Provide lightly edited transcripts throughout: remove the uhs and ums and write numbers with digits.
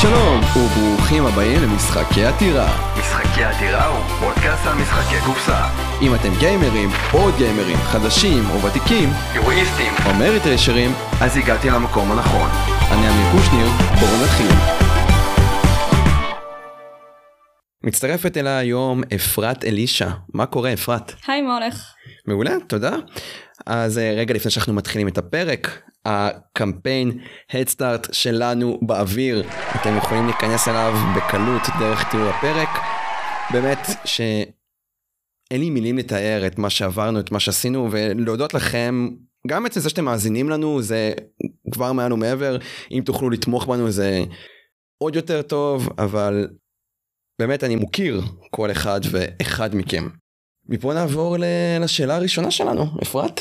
שלום וברוכים הבאים למשחקי עתירה. משחקי עתירה הוא פודקאסט על משחקי קופסה. אם אתם גיימרים, עוד גיימרים, חדשים או ותיקים, יורואיסטים או מריטרשרים, אז הגעתי למקום הנכון. אני אמיר קושניר, בואו נתחיל. מצטרפת אליי היום אפרת אלישע. מה קורה אפרת? היי, מה הולך? מעולה, תודה. אז רגע לפני שאנחנו מתחילים את הפרק, הקמפיין Head Start שלנו באוויר, אתם יכולים להיכנס אליו בקלות דרך תיאור הפרק. באמת שאין לי מילים לתאר את מה שעברנו, את מה שעשינו, ולהודות לכם, גם את זה שאתם מאזינים לנו, זה כבר מעל ומעבר. אם תוכלו לתמוך בנו זה עוד יותר טוב, אבל באמת אני מוקיר כל אחד ואחד מכם. מפה נעבור לשאלה הראשונה שלנו, אפרת,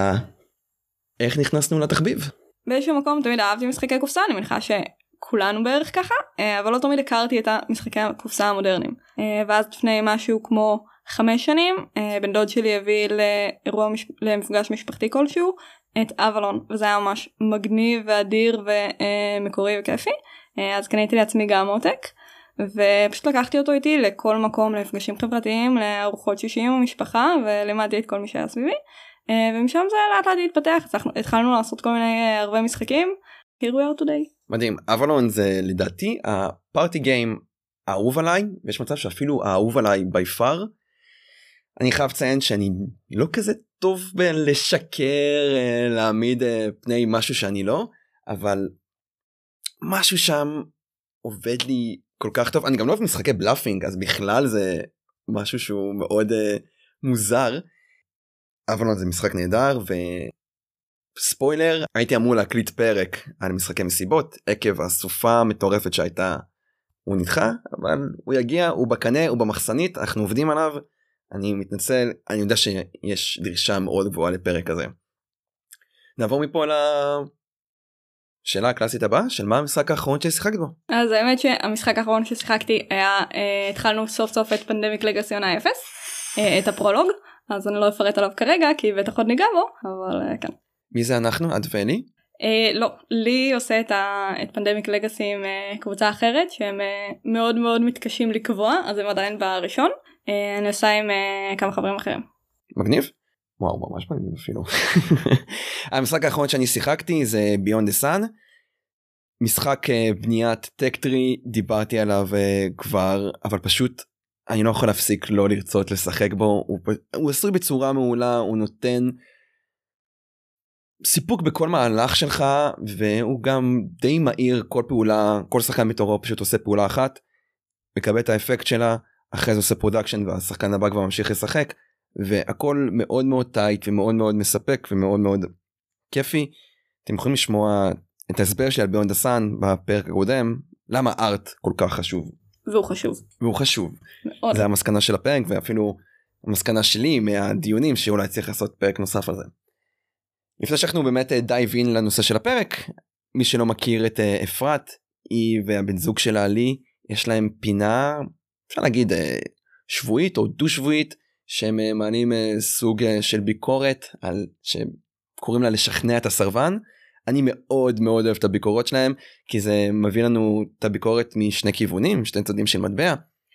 איך נכנסנו לתחביב? באיזשהו מקום תמיד אהבתי משחקי קופסה, אני מניחה שכולנו בערך ככה, אבל לא תמיד הכרתי את המשחקי הקופסה המודרניים. ואז לפני משהו כמו 5 שנים, בן דוד שלי הביא למפגש משפחתי כלשהו, את אבלון, וזה היה ממש מגניב ואדיר ומקורי וכיפי. אז קניתי לעצמי גם עותק, ופשוט לקחתי אותו איתי לכל מקום, למפגשים חברתיים, לארוחות שישיים במשפחה, ולימדתי את כל מי שהיה סביבי. ומשם זה לאט לאט להתפתח, התחלנו לעשות כל מיני הרבה משחקים. Here we are today. מדהים, אבלון זה לדעתי הפארטי גיים האהוב עליי, ויש מצב שאפילו האהוב עליי by far. אני חייב לציין שאני לא כזה טוב בלשקר, להעמיד פני משהו שאני לא, אבל משהו שם עובד לי כל כך טוב. אני גם לא אוהב משחקי בלאפינג, אז בכלל זה משהו שהוא מאוד מוזר. אבל זה משחק נהדר, וספוילר, הייתי אמור להקליט פרק על משחקי מסיבות, עקב הסופה המטורפת שהייתה. הוא נדחה, אבל הוא יגיע, הוא בקנה, הוא במחסנית, אנחנו עובדים עליו. אני מתנצל, אני יודע שיש דרישה מאוד גבוהה לפרק הזה. נעבור מפה לשאלה הקלאסית הבאה, של מה המשחק האחרון ששיחקת בו? אז האמת שהמשחק האחרון ששיחקתי היה, התחלנו סוף סוף את פנדמיק לגאסי עונה 0, את הפרולוג. אז אני לא אפרט עליו כרגע, כי בטח עוד ניגע בו, אבל כן. מי זה אנחנו? את ואלי? לא, לי עושה את פנדמיק לגאסי עם קבוצה אחרת, שהם מאוד מאוד מתקשים לקבוע, אז הם עדיין בראשון. אני עושה עם כמה חברים אחרים. מגניב? וואו, ממש מגניב אפילו. המשחק האחרון שאני שיחקתי זה Beyond the Sun. משחק בניית טק-טרי, דיברתי עליו כבר, אבל פשוט אני לא יכול להפסיק לא לרצות לשחק בו. הוא עשוי בצורה מעולה, הוא נותן סיפוק בכל מהלך שלך, והוא גם די מהיר. כל פעולה, כל שחקן מתורו פשוט עושה פעולה אחת, מקבל את האפקט שלה, אחרי זה עושה פרודקשן והשחקן הבא כבר ממשיך לשחק, והכל מאוד מאוד טייט ומאוד מאוד מספק ומאוד מאוד כיפי. אתם יכולים לשמוע את ההסבר שלי על Beyond the Sun בפרק הקודם, למה ארט כל כך חשוב. והוא חשוב. זה המסקנה של הפרק, ואפילו המסקנה שלי מהדיונים שאולי צריך לעשות פרק נוסף על זה. לפני שאנחנו באמת דייב אין לנושא של הפרק, מי שלא מכיר את אפרת, היא והבן זוג שלה לי, יש להם פינה, אפשר להגיד שבועית או דו שבועית, שהם מעלים סוג של ביקורת, על שקוראים לה לשכנע את הסרבן. אני מאוד מאוד אוהב את הביקורות שלהם, כי זה מביא לנו את הביקורת משני כיוונים, שני צדדים של מטבע,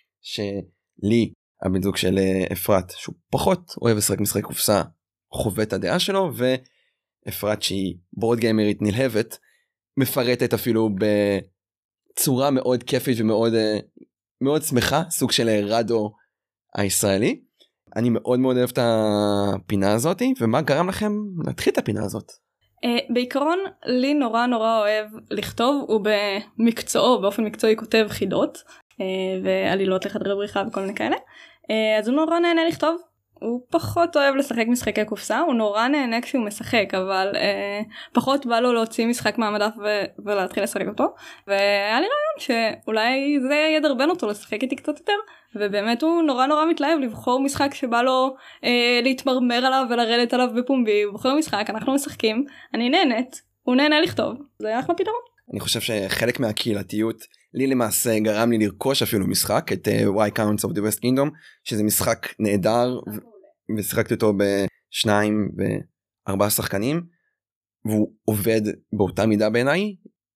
שלי, הבן זוג של אפרת, שהוא פחות אוהב לשחק משחק קופסה, חווה את הדעה שלו, ואפרת שהיא בורד גיימרית נלהבת, מפרטת אפילו בצורה מאוד כיפית ומאוד מאוד שמחה, סוג של רדו הישראלי. אני מאוד מאוד אוהב את הפינה הזאת, ומה גרם לכם להתחיל את הפינה הזאת? בעיקרון לי נורא אוהב לכתוב, הוא במקצועו, באופן מקצועי כותב חידות ועלילות לחדרי בריחה וכל מיני כאלה, אז הוא נורא נהנה לכתוב. הוא פחות אוהב לשחק משחקי קופסה, הוא נורא נהנה כשהוא משחק, אבל פחות בא לו להוציא משחק מהמדף ולהתחיל לשחק אותו, והיה לי רעיון שאולי זה ידרבן אותו לשחק איתי קצת יותר, ובאמת הוא נורא מתלהב לבחור משחק שבא לו להתמרמר עליו ולרדת עליו בפומבי. הוא בוחר משחק, אנחנו משחקים, אני נהנית, הוא נהנה לכתוב, זה היה אחלה פתרון. אני חושב שחלק מהקהילתיות לי למעשה גרם לי לרכוש אפילו משחק, את Why Counts of the West Kingdom, שזה משחק נהדר, ושיחקתי אותו ב2 ו4 שחקנים, והוא עובד באותה מידה בעיניי.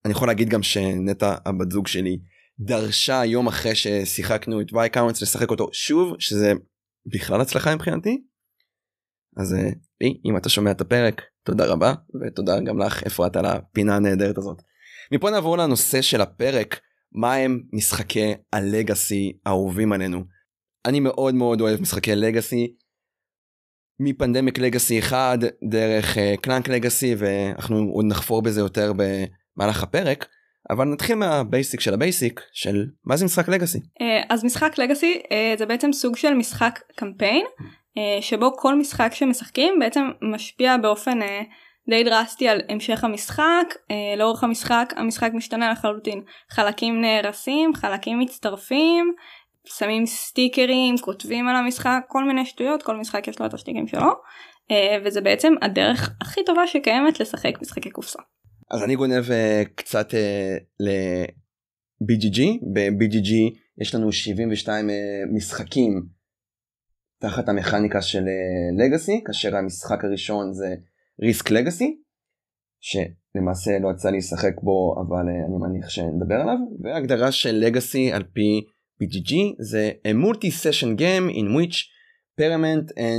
אני יכול להגיד גם שנטע הבת זוג שלי דרשה יום אחרי ששיחקנו את וייקאונטס לשחק אותו שוב, שזה בכלל הצלחה מבחינתי. אז אם אתה שומע את הפרק, תודה רבה, ותודה גם לך אפרת על הפינה הנהדרת הזאת. מפה נעבור לנושא של הפרק, מה הם משחקי הלגאסי האהובים עלינו. אני מאוד מאוד אוהב משחקי לגאסי, מפנדמיק לגאסי 1 דרך קלאנק לגאסי, ואנחנו עוד נחפור בזה יותר במהלך הפרק, אבל נתחיל מהבייסיק של הבייסיק של מה זה משחק לגאסי. אז משחק לגאסי זה בעצם סוג של משחק קמפיין, שבו כל משחק שמשחקים בעצם משפיע באופן די דרסטי על המשך המשחק. לאורך המשחק משתנה לחלוטין, חלקים נהרסים, חלקים מצטרפים, שמים סטיקרים, כותבים על המשחק, כל מיני שטויות, כל משחק יש לו את השטיקים שלו, וזה בעצם הדרך הכי טובה שקיימת לשחק משחקי קופסה. אז אני גונב קצת ל-BGG, ב-BGG יש לנו 72 משחקים תחת המכניקה של לגאסי, כאשר המשחק הראשון זה ריסק לגאסי, שלמעשה לא יצא לי לשחק בו, אבל אני מניח שנדבר עליו, וההגדרה של לגאסי על פי BGG זה a multi-session game in which permanent and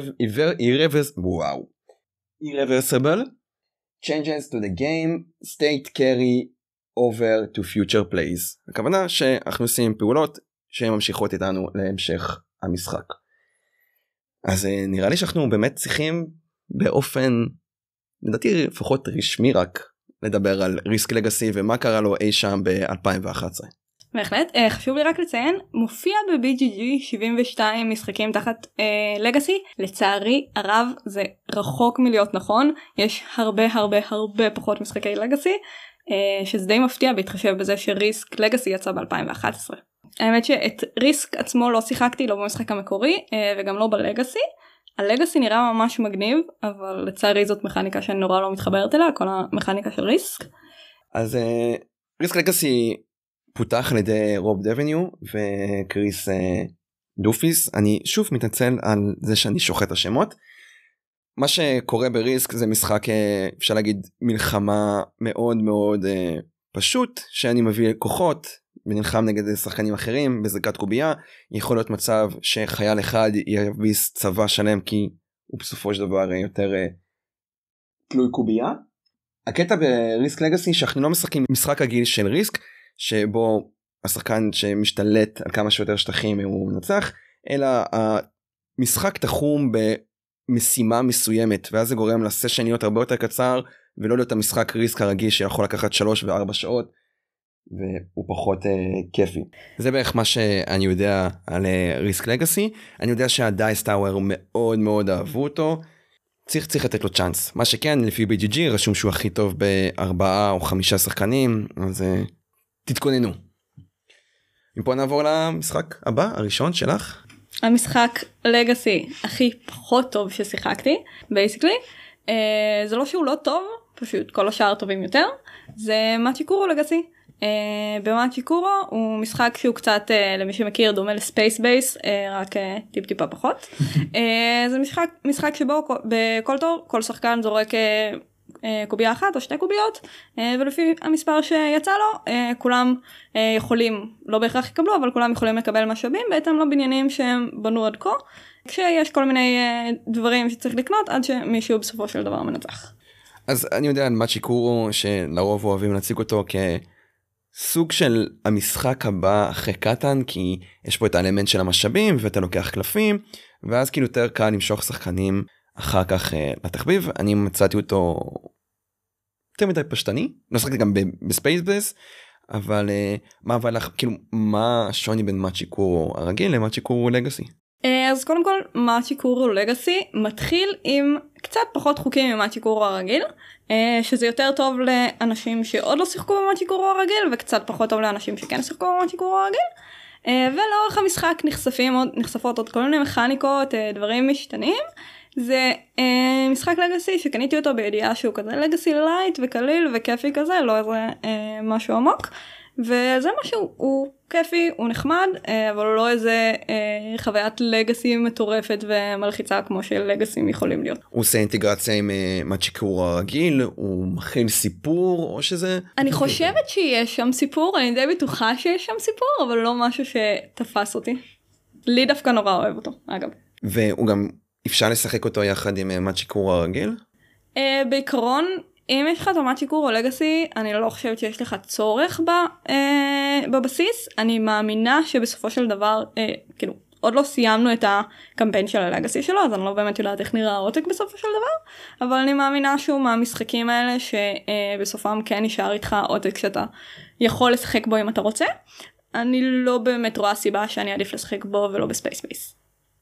irreversible changes to the game state carry over to future plays. הכוונה שאנחנו עושים פעולות שהן ממשיכות איתנו להמשך המשחק. אז נראה לי שאנחנו באמת צריכים באופן, לדעתי לפחות רשמי רק, לדבר על ריסק לגאסי ומה קרה לו אי שם ב-2011. בהחלט, חשוב לי רק לציין, מופיע ב-BGG 72 משחקים תחת לגאסי, לצערי הרב זה רחוק מלהיות נכון, יש הרבה פחות משחקי לגאסי, שזה די מפתיע בהתחשב בזה שריסק לגאסי יצא ב-2011. האמת שאת ריסק עצמו לא שיחקתי, לא במשחק המקורי וגם לא בלגאסי. הלגאסי נראה ממש מגניב, אבל לצערי זאת מכניקה שאני נורא לא מתחברת אליה, כל המכניקה של ריסק. אז ריסק לגאסי פותח על ידי רוב דבניו וקריס דופיס. אני שוב מתנצל על זה שאני שוחט את השמות. מה שקורה בריסק זה משחק, אפשר להגיד, מלחמה מאוד מאוד פשוט, שאני מביא כוחות ונלחם נגד שחקנים אחרים בזריקת קובייה. יכול להיות מצב שחייל אחד יביס צבא שלם, כי הוא בסופו של דבר יותר תלוי קובייה. הקטע בריסק לגאסי שאנחנו לא משחקים משחק הגיל של ריסק, שבו השחקן שמשתלט על כמה שיותר שטחים הוא מנצח, אלא המשחק תחום במשימה מסוימת, ואז זה גורם לסשן להיות הרבה יותר קצר, ולא להיות המשחק ריסק הרגיל שיכול לקחת 3 ו4 שעות, והוא פחות כיפי. זה בערך מה שאני יודע על ריסק לגאסי. אני יודע שהדייס טאוור מאוד מאוד אהבו אותו, צריך לתת לו צ'אנס. מה שכן, לפי BGG רשום שהוא הכי טוב ב4 או 5 שחקנים, אז תתכוננו. מפה נעבור למשחק הבא, הראשון שלך. המשחק לגאסי הכי פחות טוב ששיחקתי, בייסיקלי. זה לא שהוא לא טוב, פשוט כל השאר טובים יותר. זה מאצ'יקורו לגאסי. במאצ'יקורו הוא משחק שהוא קצת, למי שמכיר, דומה לספייס בייס, רק טיפה פחות. זה משחק שבו בכל תור כל שחקן זורק קובייה אחת או 2 קוביות, ולפי המספר שיצא לו, כולם יכולים, לא בהכרח יקבלו, אבל כולם יכולים לקבל משאבים בהתאם לבניינים שהם בנו עד כה, כשיש כל מיני דברים שצריך לקנות עד שמישהו בסופו של דבר מנצח. אז אני יודע על מאצ'יקורו שלרוב אוהבים להציג אותו כסוג של המשחק הבא אחרי קטן, כי יש פה את האלמנט של המשאבים ואתה לוקח קלפים, ואז כאילו יותר קל למשוך שחקנים אחר כך לתחביב. אני מצאתי אותו יותר מדי פשטני, לא שחקתי גם בספייס בייס, אבל מה השוני בין מאצ'יקורו הרגיל למאצ'יקורו לגאסי? אז קודם כל, מאצ'יקורו לגאסי מתחיל עם קצת פחות חוקים ממאצ'יקורו הרגיל, שזה יותר טוב לאנשים שעוד לא שיחקו במאצ'יקורו הרגיל, וקצת פחות טוב לאנשים שכן שיחקו במאצ'יקורו הרגיל, ולאורך המשחק נחשפות עוד כל מיני מכניקות, דברים משתנים. זה משחק לגאסי שקניתי אותו בידיעה שהוא כזה לגאסי לייט וקליל וכיפי כזה, לא איזה משהו עמוק, וזה משהו, הוא כיפי, הוא נחמד, אבל הוא לא איזה חוויית לגאסי מטורפת ומלחיצה כמו שלגאסים יכולים להיות. הוא עושה אינטגרציה עם מאצ'יקור הרגיל, הוא מכיל סיפור, או שזה... אני חושבת שיש שם סיפור, אני די בטוחה שיש שם סיפור, אבל לא משהו שתפס אותי. לי דווקא נורא אוהב אותו, אגב. והוא גם, אפשר לשחק אותו יחד עם מאצ'יקור הרגיל? בעיקרון, אם יש לך את מאצ'יקור או לגאסי, אני לא חושבת שיש לך צורך בבסיס. אני מאמינה שבסופו של דבר, כאילו, עוד לא סיימנו את הקמפיין של הלגאסי שלו, אז אני לא באמת יודעת איך נראה העותק בסופו של דבר, אבל אני מאמינה שהוא מהמשחקים האלה שבסופם כן נשאר איתך עותק שאתה יכול לשחק בו אם אתה רוצה. אני לא באמת רואה סיבה שאני עדיף לשחק בו ולא בספייס בייס.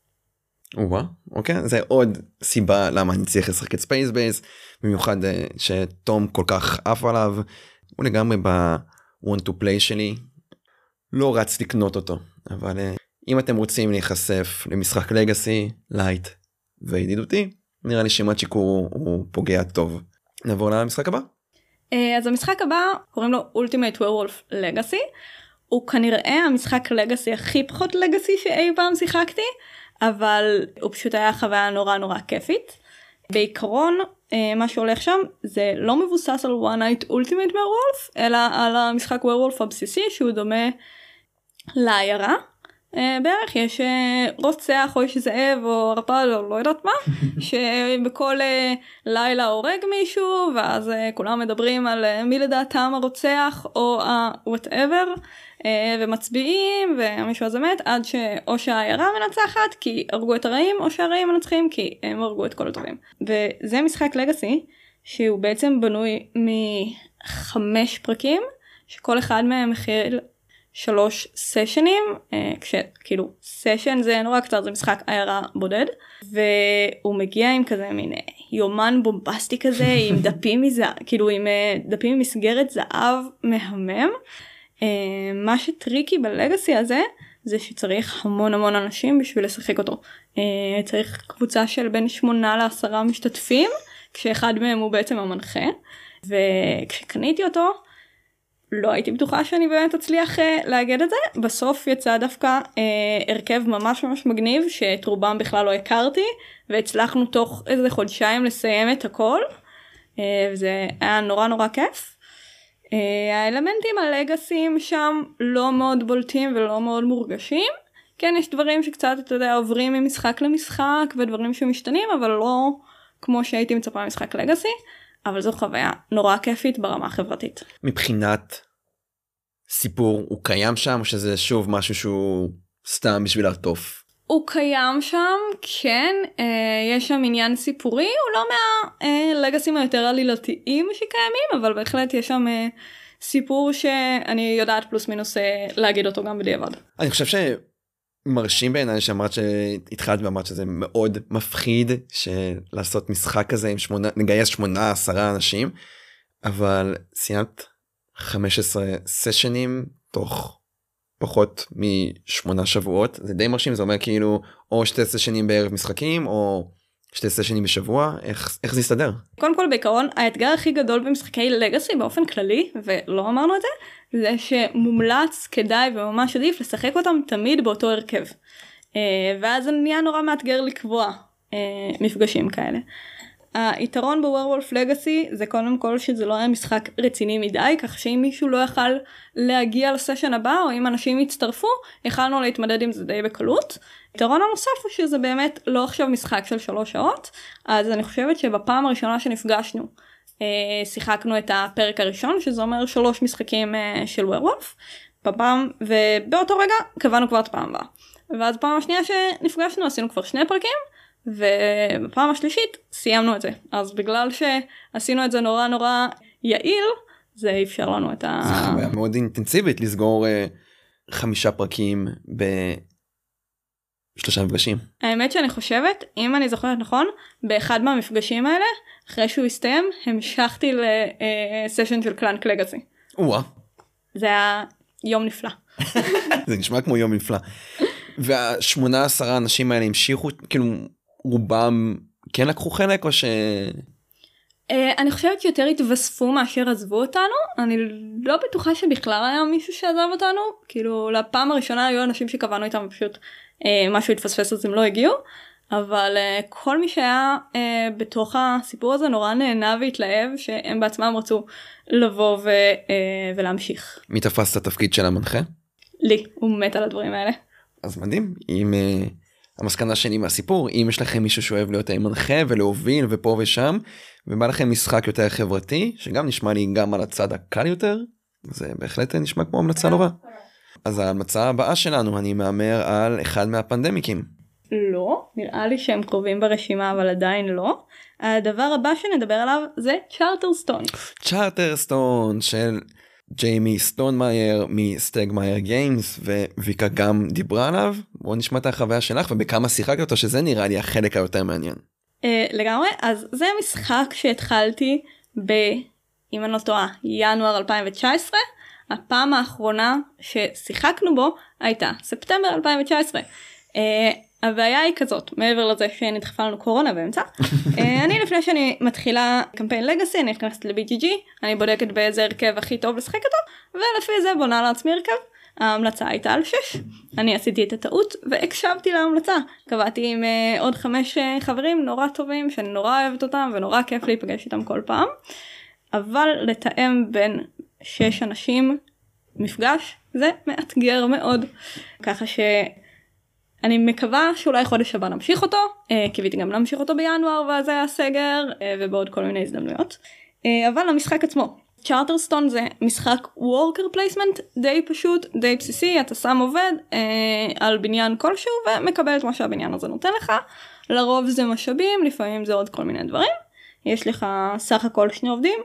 אוקיי, זה עוד סיבה למה אני צריך לשחק את ספייס בייס, במיוחד שתום כל כך עף עליו, הוא לגמרי ב-want to play שלי, לא רץ לקנות אותו, אבל אם אתם רוצים להיחשף למשחק לגאסי, לייט וידידותי, נראה לי שמאצ'יקור הוא פוגע טוב. נעבור למשחק הבא? אז המשחק הבא קוראים לו Ultimate Werewolf Legacy, הוא כנראה המשחק לגאסי הכי פחות לגאסי שאי פעם שיחקתי, אבל הוא פשוט היה חוויה נורא נורא כיפית. בעיקרון, מה שהולך שם זה לא מבוסס על One Night Ultimate Werewolf, אלא על המשחק Werewolf הבסיסי שהוא דומה לעיירה. בערך יש רוצח או איש זאב או הרפל או לא יודעת מה, שבכל לילה הורג מישהו, ואז כולם מדברים על מי לדעתם הרוצח או whatever, ומצביעים ומישהו הזה מת, עד שאו שהעיירה מנצחת כי הרגו את הרעים, או שהרעים מנצחים כי הם הרגו את כל הטובים. וזה משחק לגאסי שהוא בעצם בנוי מ5 פרקים, שכל אחד מהם מכיל 3 סשנים, כשכאילו סשן זה נורא קצר, זה משחק עיירה בודד, והוא מגיע עם כזה מין יומן בומבסטי כזה, עם דפים כאילו עם דפים ממסגרת זהב מהמם. מה שטריקי בלגאסי הזה, זה שצריך המון המון אנשים בשביל לשחק אותו. צריך קבוצה של בין 8 ל10 משתתפים, כשאחד מהם הוא בעצם המנחה, וכשקניתי אותו, לא הייתי בטוחה שאני באמת אצליח להגד את זה. בסוף יצא דווקא הרכב ממש ממש מגניב, שאת רובם בכלל לא הכרתי, והצלחנו תוך איזה חודשיים לסיים את הכל, וזה היה נורא נורא כיף. האלמנטים הלגאסיים שם לא מאוד בולטים ולא מאוד מורגשים. כן, יש דברים שקצת, אתה יודע, עוברים ממשחק למשחק, ודברים שמשתנים, אבל לא כמו שהייתי מצפה משחק לגאסי. אבל זו חוויה נורא כיפית ברמה החברתית. מבחינת סיפור, הוא קיים שם, או שזה שוב משהו שהוא סתם בשביל לעטוף? הוא קיים שם, כן, יש שם עניין סיפורי, הוא לא מהלגאסים היותר עלילתיים שקיימים, אבל בהחלט יש שם סיפור שאני יודעת פלוס מינוס להגיד אותו גם בדיעבד. אני חושב מרשים בעיניי שאמרת שהתחלת ואמרת שזה מאוד מפחיד שלעשות משחק כזה עם נגייס 8-10 אנשים, אבל סיימת 15 סשנים תוך פחות מ8 שבועות, זה די מרשים, זה אומר כאילו או 2 סשנים בערב משחקים או 2 סשנים בשבוע, איך זה יסתדר? קודם כל בעיקרון האתגר הכי גדול במשחקי לגאסי באופן כללי, ולא אמרנו את זה, זה שמומלץ, כדאי וממש עדיף לשחק אותם תמיד באותו הרכב. ואז זה נהיה נורא מאתגר לקבוע מפגשים כאלה. היתרון בוורולף לגאסי זה קודם כל שזה לא היה משחק רציני מדי, כך שאם מישהו לא יכל להגיע לסשן הבא, או אם אנשים יצטרפו, יכלנו להתמדד עם זה די בקלות. היתרון הנוסף הוא שזה באמת לא עכשיו משחק של 3 שעות, אז אני חושבת שבפעם הראשונה שנפגשנו, שיחקנו את הפרק הראשון, שזה אומר 3 משחקים של וורולף, ובאותו רגע קבענו כבר את הפעם הבאה. ואז פעם השנייה שנפגשנו עשינו כבר 2 פרקים, ובפעם השלישית סיימנו את זה. אז בגלל שעשינו את זה נורא נורא יעיל, זה אפשר לנו את זה חוויה מאוד אינטנסיבית לסגור 5 פרקים ב3 מפגשים. האמת שאני חושבת, אם אני זוכרת נכון, באחד מהמפגשים האלה, אחרי שהוא הסתיים, המשכתי לסשן של קלאנק לגאסי. זה היה יום נפלא. זה נשמע כמו יום נפלא. וה18 אנשים האלה המשיכו, כאילו רובם כן לקחו חלק או ש... אני חושבת שיותר התווספו מאשר עזבו אותנו, אני לא בטוחה שבכלל היה מישהו שעזב אותנו, כאילו לפעם הראשונה היו אנשים שקבענו איתם פשוט משהו התפספס אז הם לא הגיעו, אבל כל מי שהיה בתוך הסיפור הזה נורא נהנה והתלהב שהם בעצמם רצו לבוא ולהמשיך. מי תפס את התפקיד של המנחה? לי, הוא מת על הדברים האלה. אז מדהים, אם המסקנה שלי מהסיפור, אם יש לכם מישהו שאוהב להיות מנחה ולהוביל ופה ושם, ובא לכם משחק יותר חברתי, שגם נשמע לי גם על הצד הקל יותר, זה בהחלט נשמע כמו המלצה לא רע. אז ההמלצה הבאה שלנו, אני מאמר על אחד מהפנדמיקים. לא, נראה לי שהם קרובים ברשימה אבל עדיין לא. הדבר הבא שנדבר עליו זה צ'ארטרסטון. צ'ארטרסטון של ג'יימי סטונמייר מסטגמייר גיימס, וויקה גם דיברה עליו. בואו נשמע את החוויה שלך ובכמה שיחקת אותו, שזה נראה לי החלק היותר מעניין. לגמרי, אז זה משחק שהתחלתי אם אני לא טועה, ינואר 2019. הפעם האחרונה ששיחקנו בו הייתה ספטמבר 2019. הבעיה היא כזאת, מעבר לזה שנדחפה לנו קורונה באמצע, אני לפני שאני מתחילה קמפיין לגאסי, אני נכנסת ל-BGG, אני בודקת באיזה הרכב הכי טוב לשחק אותו, ולפי זה בונה לעצמי הרכב. ההמלצה הייתה על 6, אני עשיתי את הטעות והקשבתי להמלצה, קבעתי עם עוד 5 חברים נורא טובים שאני נורא אוהבת אותם ונורא כיף להיפגש איתם כל פעם, אבל לתאם בין 6 אנשים מפגש זה מאתגר מאוד, ככה ש... אני מקווה שאולי חודש הבא נמשיך אותו, קיוויתי גם להמשיך אותו בינואר ואז היה סגר ובעוד כל מיני הזדמנויות. אבל המשחק עצמו, צ'ארטרסטון זה משחק worker placement די פשוט, די בסיסי, אתה שם עובד על בניין כלשהו ומקבל את מה שהבניין הזה נותן לך, לרוב זה משאבים, לפעמים זה עוד כל מיני דברים, יש לך סך הכל 2 עובדים,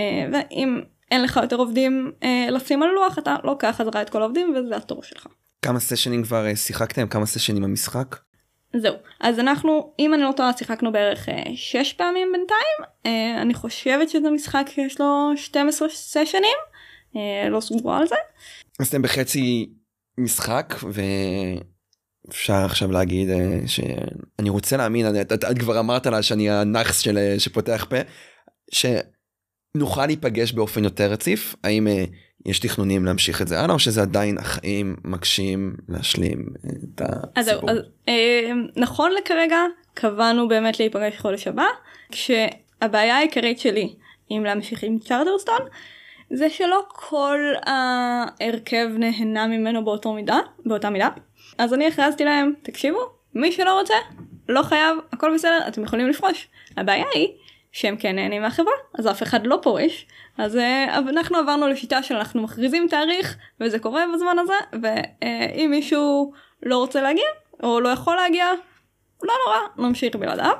ואם אין לך יותר עובדים לשים על לוח, אתה לוקח חזרה את כל העובדים וזה התור שלך. כמה סשנים כבר שיחקתם? כמה סשנים במשחק? זהו, אז אנחנו, אם אני לא טועה, שיחקנו בערך 6 פעמים בינתיים, אני חושבת שזה משחק שיש לו 12 סשנים, לא סגורה על זה. אז אתם בחצי משחק, ואפשר עכשיו להגיד שאני רוצה להאמין, את כבר אמרת לה שאני הנאחס שפותח פה, שנוכל להיפגש באופן יותר רציף, האם יש תכנונים להמשיך את זה הלאה, או שזה עדיין החיים מקשים להשלים את הסיפור? אז נכון לכרגע, קבענו באמת להיפגש חודש הבא, כשהבעיה העיקרית שלי עם להמשיך עם צ'ארטרסטון, זה שלא כל ההרכב נהנה ממנו באותה מידה. אז אני הכרזתי להם, תקשיבו, מי שלא רוצה, לא חייב, הכל בסדר, אתם יכולים לפרוש. הבעיה היא שהם כן נהנים מהחברה, אז אף אחד לא פורש, אז אנחנו עברנו לשיטה שאנחנו מכריזים תאריך, וזה קורה בזמן הזה, ואם מישהו לא רוצה להגיע, או לא יכול להגיע, לא נורא, נמשיך בלעדיו.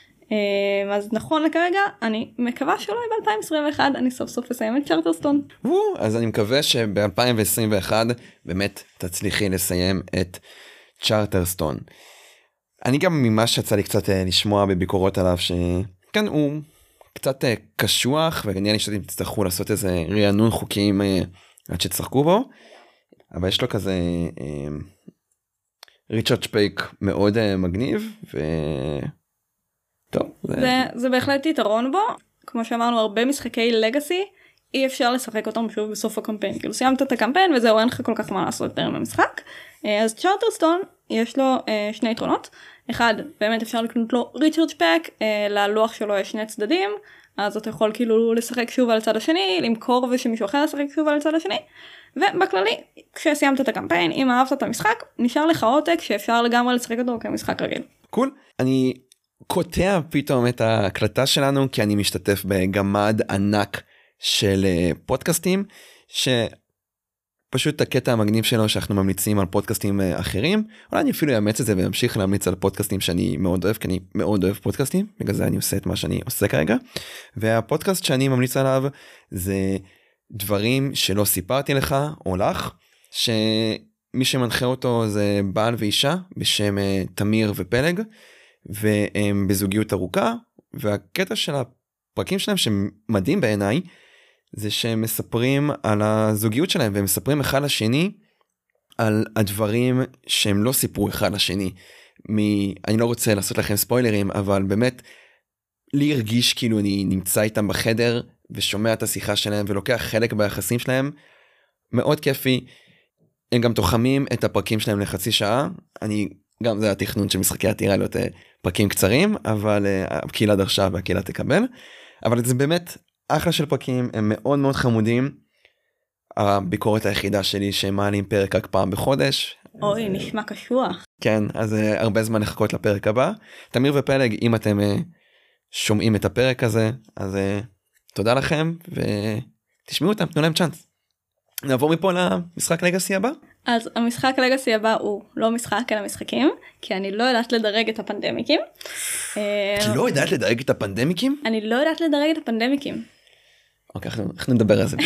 אז נכון לכרגע, אני מקווה שאולי ב-2021 אני סוף סוף אסיים את צ'ארטרסטון. אז אני מקווה שב-2021 באמת תצליחי לסיים את צ'ארטרסטון. אני גם ממה שיצא לי קצת לשמוע בביקורות עליו, שכן הוא קצת קשוח, ונראה לי שאתם תצטרכו לעשות איזה רענון חוקים עד שתשחקו בו, אבל יש לו כזה ריצ'רד שפייק מאוד מגניב, טוב, זה בהחלט יתרון בו. כמו שאמרנו, הרבה משחקי לגאסי אי אפשר לשחק אותם שוב בסוף הקמפיין, כאילו סיימת את הקמפיין וזהו, אין לך כל כך מה לעשות יותר במשחק. אז צ'ארטרסטון יש לו 2 יתרונות. אחד, באמת אפשר לקנות לו ריצ'רד שפק, ללוח שלו יש 2 צדדים, אז אתה יכול כאילו לשחק שוב על הצד השני, למכור ושמישהו אחר לשחק שוב על הצד השני, ובכללי, כשסיימת את הקמפיין, אם אהבת את המשחק, נשאר לך עותק שאפשר לגמרי לשחק אותו כמשחק רגיל. קול. אני קוטע פתאום את ההקלטה שלנו, כי אני משתתף בגמד ענק של פודקאסטים, שפשוט הקטע המגניב שלו שאנחנו ממליצים על פודקאסטים אחרים, אולי אני אפילו אאמץ את זה ואמשיך להמליץ על פודקאסטים שאני מאוד אוהב, כי אני מאוד אוהב פודקאסטים, בגלל זה אני עושה את מה שאני עושה כרגע, והפודקאסט שאני ממליץ עליו זה דברים שלא סיפרתי לך או לך, שמי שמנחה אותו זה בעל ואישה בשם תמיר ופלג, והם בזוגיות ארוכה, והקטע של הפרקים שלהם שמדהים בעיניי, זה שהם מספרים על הזוגיות שלהם, והם מספרים אחד לשני על הדברים שהם לא סיפרו אחד לשני. אני לא רוצה לעשות לכם ספוילרים, אבל באמת לי הרגיש כאילו אני נמצא איתם בחדר ושומע את השיחה שלהם ולוקח חלק ביחסים שלהם, מאוד כיפי. הם גם תוחמים את הפרקים שלהם לחצי שעה, גם זה התכנון של משחקי עתירה להיות פרקים קצרים, אבל הקהילה דרשה והקהילה תקבל, אבל זה באמת אחלה של פרקים, הם מאוד מאוד חמודים. הביקורת היחידה שלי שהם מעלים פרק רק פעם בחודש. אוי, נשמע קשוח. כן, אז הרבה זמן לחכות לפרק הבא. תמיר ופלג, אם אתם שומעים את הפרק הזה, אז תודה לכם ותשמעו אותם, תנו להם צ'אנס. נעבור מפה למשחק לגאסי הבא. אז המשחק לגאסי הבא הוא לא משחק אלא משחקים, כי אני לא יודעת לדרג את הפנדמיקים. כי לא יודעת לדרג את הפנדמיקים? אני לא יודעת לדרג את הפנדמיקים. אוקיי, אנחנו נדבר על זה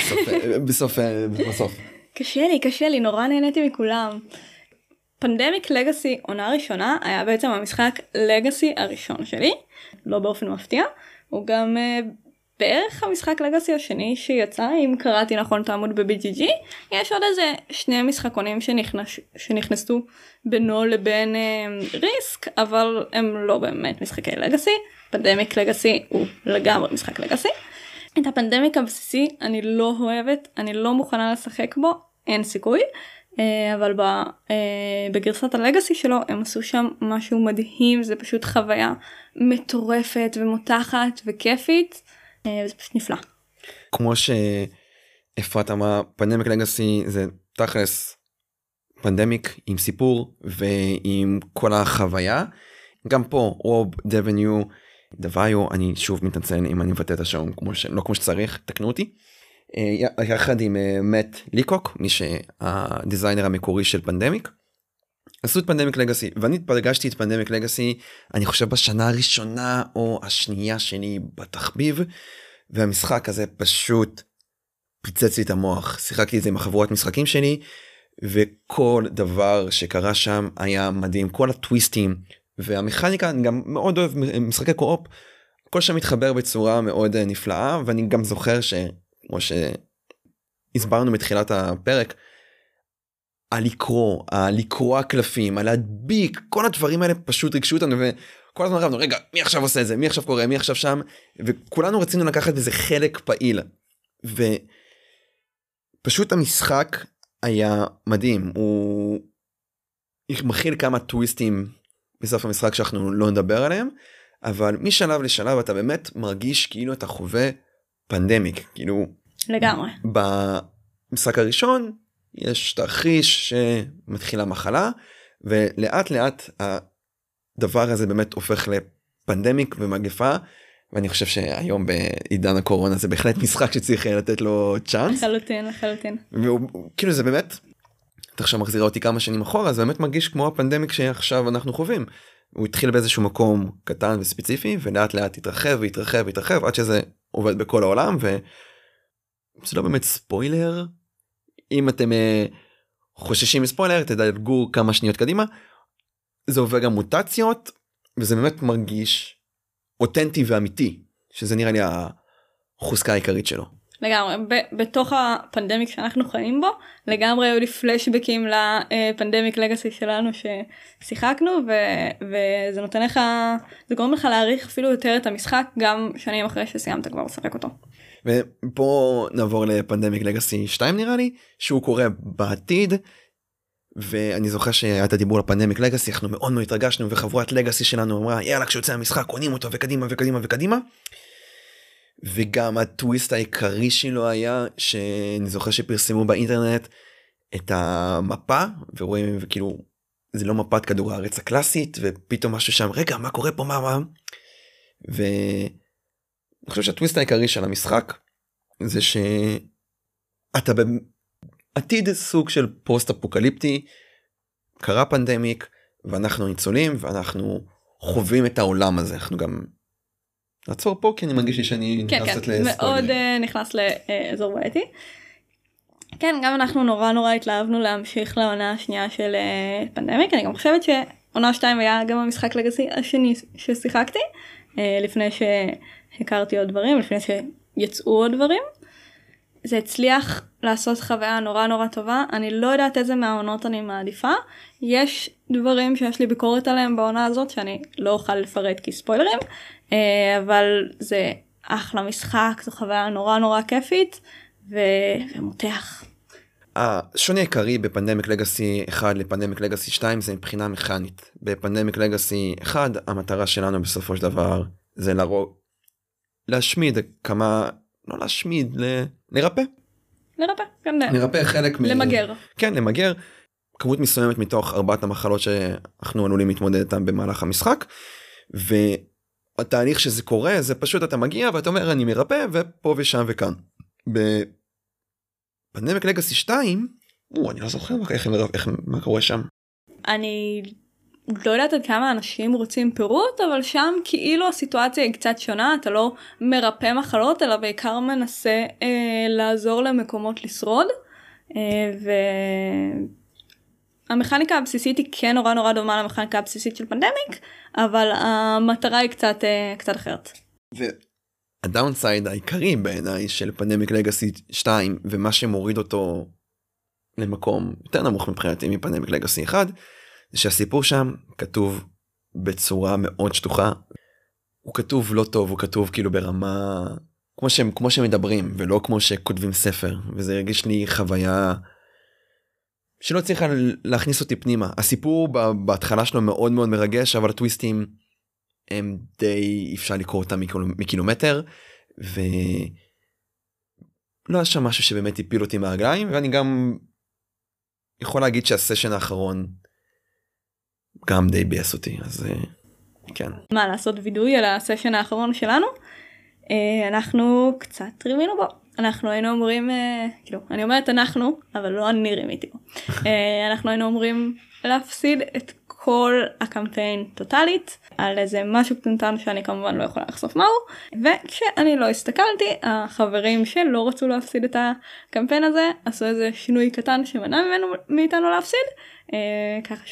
בסוף. קשה לי, נורא נהניתי מכולם. פנדמיק לגאסי עונה ראשונה היה בעצם המשחק לגאסי הראשון שלי, לא באופן מפתיע, הוא גם בערך המשחק לגאסי השני שיצא, אם קראתי נכון את העמוד ב-BGG, יש עוד איזה 2 משחקונים שנכנסו בינו לבין ריסק, אבל הם לא באמת משחקי לגאסי. פנדמיק לגאסי הוא לגמרי משחק לגאסי. את הפנדמיק הבסיסי אני לא אוהבת, אני לא מוכנה לשחק בו, אין סיכוי, אבל בגרסת הלגאסי שלו הם עשו שם משהו מדהים, זה פשוט חוויה מטורפת ומותחת וכיפית, זה פשוט נפלא. כמו שאפרת אמרה, פנדמיק לגאסי זה תכלס פנדמיק עם סיפור ועם כל החוויה. גם פה רוב דבניו דוויו, אני שוב מתנצל אם אני מבטא את השעון לא כמו שצריך, תקנו אותי, יחד עם מאט ליקוק, מי שהדיזיינר המקורי של פנדמיק, עשו את פנדמיק לגאסי, ואני פגשתי את פנדמיק לגאסי, אני חושב בשנה הראשונה או השנייה שלי בתחביב, והמשחק הזה פשוט פיצץ לי את המוח, שיחקתי את זה עם החבורת משחקים שלי, וכל דבר שקרה שם היה מדהים, כל הטוויסטים, והמכניקה, אני גם מאוד אוהב משחקי קו-אופ, הכל שם מתחבר בצורה מאוד נפלאה, ואני גם זוכר כמו שהסברנו בתחילת הפרק, על לקרוא הקלפים, על להדביק, כל הדברים האלה פשוט ריגשו אותנו, וכל הזמן רבנו, רגע, מי עכשיו עושה את זה, מי עכשיו קורא, מי עכשיו שם, וכולנו רצינו לקחת בזה חלק פעיל, ופשוט המשחק היה מדהים, הוא מכיל כמה טוויסטים בסוף המשחק שאנחנו לא נדבר עליהם, אבל משלב לשלב אתה באמת מרגיש כאילו אתה חווה פנדמיק, כאילו לגמרי. במשחק הראשון יש תרחיש שמתחילה מחלה, ולאט לאט הדבר הזה באמת הופך לפנדמיק ומגפה, ואני חושב שהיום בעידן הקורונה זה בהחלט משחק שצריך לתת לו צ'אנס. לחלוטין. וכאילו זה באמת, אתה עכשיו מחזירה אותי כמה שנים אחורה, זה באמת מרגיש כמו הפנדמיק שעכשיו אנחנו חווים. הוא התחיל באיזשהו מקום קטן וספציפי, ולאט לאט התרחב והתרחב והתרחב, עד שזה עובד בכל העולם, וזה לא באמת ספוילר. אם אתם חוששים מספוילר, תדלגו כמה שניות קדימה. זה עובר גם מוטציות, וזה באמת מרגיש אותנטי ואמיתי, שזה נראה לי החוזקה העיקרית שלו. לגמרי, בתוך הפנדמיק שאנחנו חיים בו, לגמרי היו לי פלשבקים לפנדמיק לגאסי שלנו ששיחקנו, וזה נותן לך, זה גורם לך להעריך אפילו יותר את המשחק, גם שנים אחרי שסיימת כבר לשחק אותו. ופה נעבור לפנדמיק לגאסי 2 נראה לי, שהוא קורה בעתיד, ואני זוכר שהיה את הדיבור לפנדמיק לגאסי, אנחנו מאוד מאוד התרגשנו, וחבורת לגאסי שלנו אמרה, יאללה, כשיוצא המשחק, קונים אותו וקדימה וקדימה וקדימה, וגם הטוויסט העיקרי שלו היה, שאני זוכר שפרסמו באינטרנט את המפה, ורואים, וכאילו, זה לא מפת כדור הארץ הקלאסית, ופתאום משהו שם, רגע, מה קורה פה, מה? ואני חושב שהטוויסט העיקרי של המשחק, זה שאתה בעתיד סוג של פוסט אפוקליפטי, קרה פנדמיק, ואנחנו ניצולים, ואנחנו חווים את העולם הזה, אנחנו גם נעצור פה, כי אני מרגיש לי שאני נכנסת לספוילרים. כן, מאוד נכנס לאזור בעייתי. כן, גם אנחנו נורא התלהבנו להמשיך לעונה השנייה של פנדמיק, אני גם חושבת שעונה 2 היה גם המשחק לגאסי השני ששיחקתי, לפני שהכרתי עוד דברים, לפני שיצאו עוד דברים. זה הצליח לעשות חוויה נורא טובה, אני לא יודעת איזה מהעונות אני מעדיפה, יש דברים שיש לי ביקורת עליהם בעונה הזאת שאני לא אוכל לפרט כי ספוילרים, אבל זה אחלה משחק, זו חוויה נורא נורא כיפית ומותח. השוני העיקרי בפנדמיק לגאסי 1 לפנדמיק לגאסי 2 זה מבחינה מכנית. בפנדמיק לגאסי 1 המטרה שלנו בסופו של דבר זה להשמיד כמה, לא להשמיד, לרפא. לרפא חלק למגר. כן, למגר כמות מסוימת מתוך 4 המחלות שאנחנו עלולים להתמודד איתן במהלך המשחק, והתהליך שזה קורה זה פשוט אתה מגיע ואתה אומר אני מרפא ופה ושם וכאן. בפנדמיק לגאסי 2 אני לא זוכר מה קורה שם. אני לא יודעת עד כמה אנשים רוצים פירוט, אבל שם כאילו הסיטואציה היא קצת שונה, אתה לא מרפא מחלות, אלא בעיקר מנסה לעזור למקומות לשרוד, והמכניקה הבסיסית היא כן נורא נורא דומה למכניקה הבסיסית של פנדמיק, אבל המטרה היא קצת אחרת. והדאונסייד העיקרי בעיניי של פנדמיק לגאסי 2, ומה שמוריד אותו למקום יותר נמוך מבחינתי מפנדמיק לגאסי 1, זה שהסיפור שם כתוב בצורה מאוד שטוחה. הוא כתוב לא טוב, הוא כתוב כאילו ברמה כמו שמדברים ולא כמו שכותבים ספר, וזה הרגיש לי חוויה שלא צריכה להכניס אותי פנימה. הסיפור בהתחלה שלו מאוד מאוד מרגש, אבל הטוויסטים הם די אפשר לקרוא אותם מקילומטר, ולא היה שם משהו שבאמת הפיל אותי מהרגליים, ואני גם יכול להגיד שהסשן האחרון גם די בייס אותי, אז כן. מה, לעשות וידוי על הסשן האחרון שלנו? אנחנו קצת רימינו בו. אנחנו היינו אומרים, כאילו, אני אומרת אנחנו, אבל לא אני רימיתי בו. אנחנו היינו אומרים להפסיד את כל הקמפיין טוטלית, על איזה משהו קטנטן שאני כמובן לא יכולה לחשוף מהו, וכשאני לא הסתכלתי, החברים שלא רצו להפסיד את הקמפיין הזה, עשו איזה שינוי קטן שמנע מאיתנו להפסיד, ככה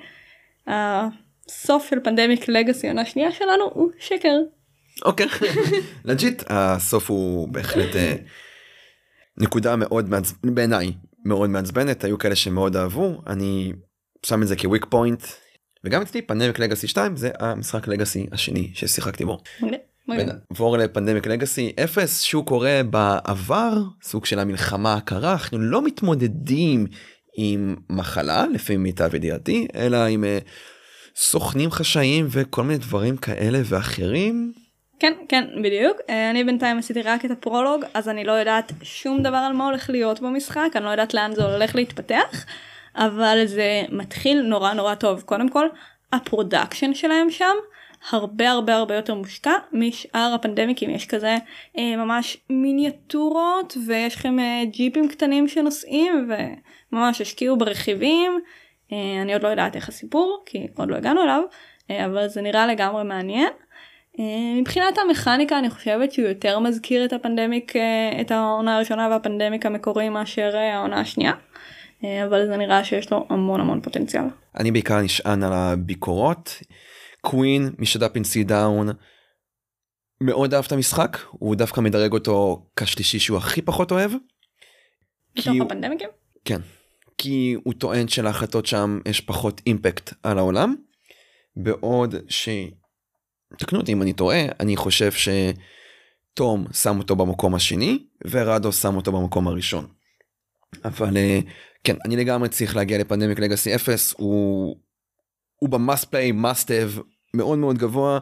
הסוף של פנדמיק לגאסי עונה שנייה שלנו הוא שקר. אוקיי, לג'יט, הסוף הוא בהחלט נקודה מאוד בעיניי מאוד מעצבנת, היו כאלה שמאוד אהבו, אני שם את זה כוויק פוינט, וגם אצלי פנדמיק לגאסי 2 זה המשחק לגאסי השני ששיחקתי בו. נעבור לפנדמיק לגאסי 0 שהוא קורה בעבר, סוג של המלחמה הקרה, אנחנו לא מתמודדים עם מחלה לפי מיטב ידיעתי, אלא עם סוכנים חשאיים וכל מיני דברים כאלה ואחרים. כן, בדיוק. אני בינתיים עשיתי רק את הפרולוג, אז אני לא יודעת שום דבר על מה הולך להיות במשחק, אני לא יודעת לאן זה הולך להתפתח, אבל זה מתחיל נורא נורא טוב. קודם כל, הפרודקשן שלהם שם הרבה יותר מושקע משאר הפנדמיקים. יש כזה ממש מיניאטורות, ויש לכם ג'יפים קטנים שנוסעים, וממש השקיעו ברכיבים. אני עוד לא יודעת איך הסיפור, כי עוד לא הגענו אליו, אבל זה נראה לגמרי מעניין. מבחינת המכניקה אני חושבת שהוא יותר מזכיר את הפנדמיק, את העונה הראשונה והפנדמיק המקורי מאשר העונה השנייה, אבל זה נראה שיש לו המון פוטנציאל. אני בעיקר נשען על הביקורות. קווין משדאפ אין סי דאון מאוד אהב את המשחק, הוא דווקא מדרג אותו כשלישי שהוא הכי פחות אוהב. בתוך הפנדמיקים? כן, כי הוא טוען שלהחלטות שם יש פחות אימפקט על העולם, בעוד תקנו אותי אם אני טועה, אני חושב שתום שם אותו במקום השני, ורדו שם אותו במקום הראשון. אבל כן, אני לגמרי צריך להגיע לפנדמיק לגאסי 0, הוא במאסט פליי, מאסט האב, מאוד גבוה,